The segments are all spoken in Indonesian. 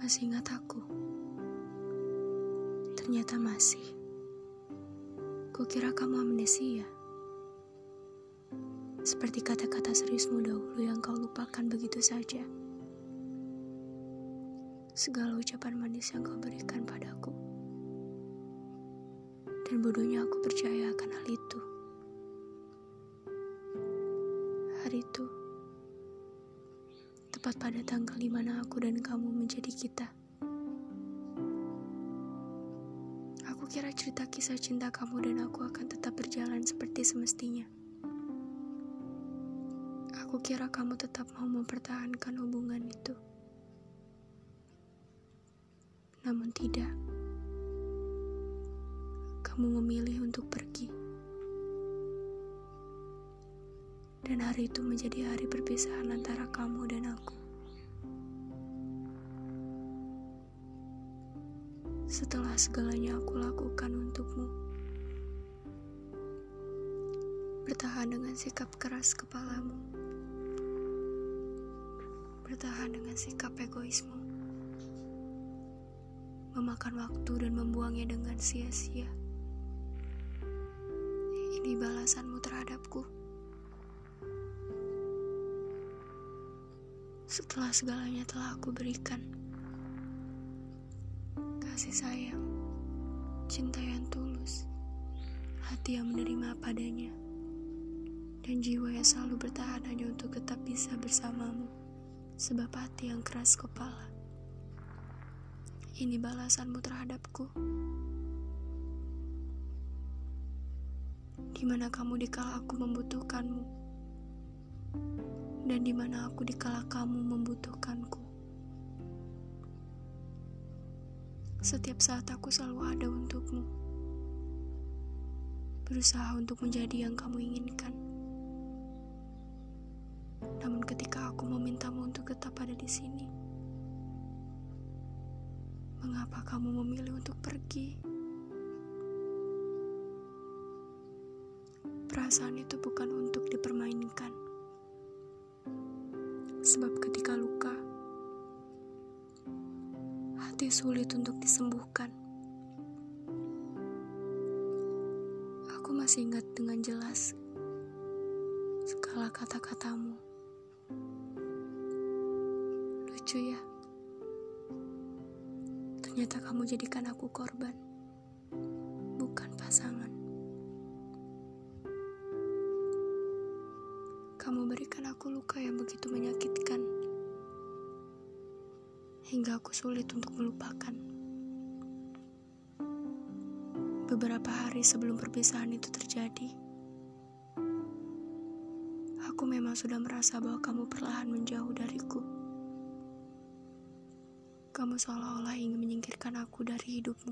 Masih ingat aku? Ternyata masih. Kukira kamu amnesia. Seperti kata-kata seriusmu dahulu yang kau lupakan begitu saja. Segala ucapan manis yang kau berikan padaku. Dan bodohnya aku percaya akan hal itu. Hari itu, tepat pada tanggal di mana aku dan kamu menjadi kita. Aku kira cerita kisah cinta kamu dan aku akan tetap berjalan seperti semestinya. Aku kira kamu tetap mau mempertahankan hubungan itu. Namun tidak. Kamu memilih untuk pergi. Dan hari itu menjadi hari perpisahan antara kamu dan aku. Setelah segalanya aku lakukan untukmu, bertahan dengan sikap keras kepalamu, bertahan dengan sikap egoismu, memakan waktu dan membuangnya dengan sia-sia. Ini balasanmu terhadapku. Setelah segalanya telah aku berikan, kasih sayang, cinta yang tulus, hati yang menerima padanya, dan jiwa yang selalu bertahan hanya untuk tetap bisa bersamamu, sebab hati yang keras kepala. Ini balasanmu terhadapku. Di mana kamu dikala aku membutuhkanmu, dan di mana aku dikala kamu membutuhkanku. Setiap saat aku selalu ada untukmu, berusaha untuk menjadi yang kamu inginkan. Namun ketika aku memintamu untuk tetap ada di sini, mengapa kamu memilih untuk pergi? Perasaan itu bukan untuk dipermainkan. Sebab ketika luka, hati sulit untuk disembuhkan. Aku masih ingat dengan jelas segala kata-katamu. Lucu ya? Ternyata kamu jadikan aku korban, bukan pasangan. Kamu berikan aku luka yang begitu menyakitkan, hingga aku sulit untuk melupakan. Beberapa hari sebelum perpisahan itu terjadi, aku memang sudah merasa bahwa kamu perlahan menjauh dariku. Kamu seolah-olah ingin menyingkirkan aku dari hidupmu.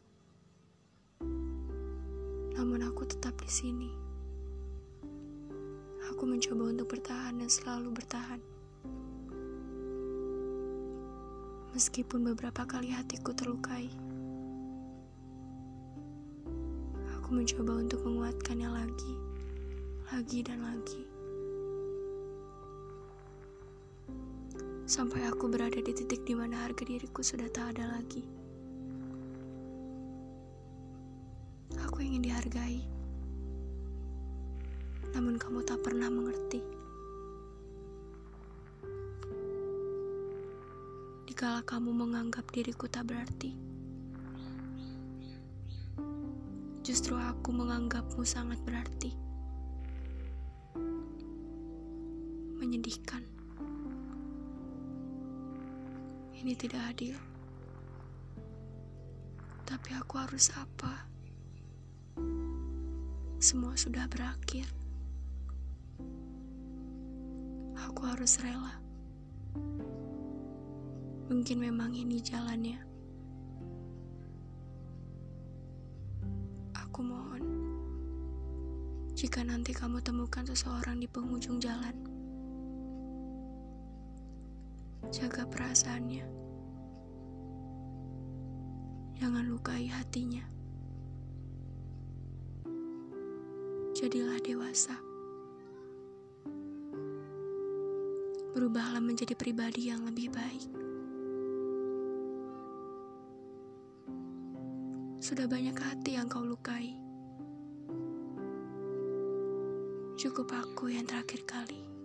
Namun aku tetap di sini. Aku mencoba untuk bertahan dan selalu bertahan. Meskipun beberapa kali hatiku terlukai, aku mencoba untuk menguatkannya lagi dan lagi. Sampai aku berada di titik di mana harga diriku sudah tak ada lagi. Aku ingin dihargai. Namun kamu tak pernah mengerti. Dikala kamu menganggap diriku tak berarti, justru aku menganggapmu sangat berarti. Menyedihkan. Ini tidak adil. Tapi aku harus apa? Semua sudah berakhir. Aku harus rela. Mungkin memang ini jalannya. Aku mohon, jika nanti kamu temukan seseorang di penghujung jalan, jaga perasaannya. Jangan lukai hatinya. Jadilah dewasa. Berubahlah menjadi pribadi yang lebih baik. Sudah banyak hati yang kau lukai. Cukup aku yang terakhir kali.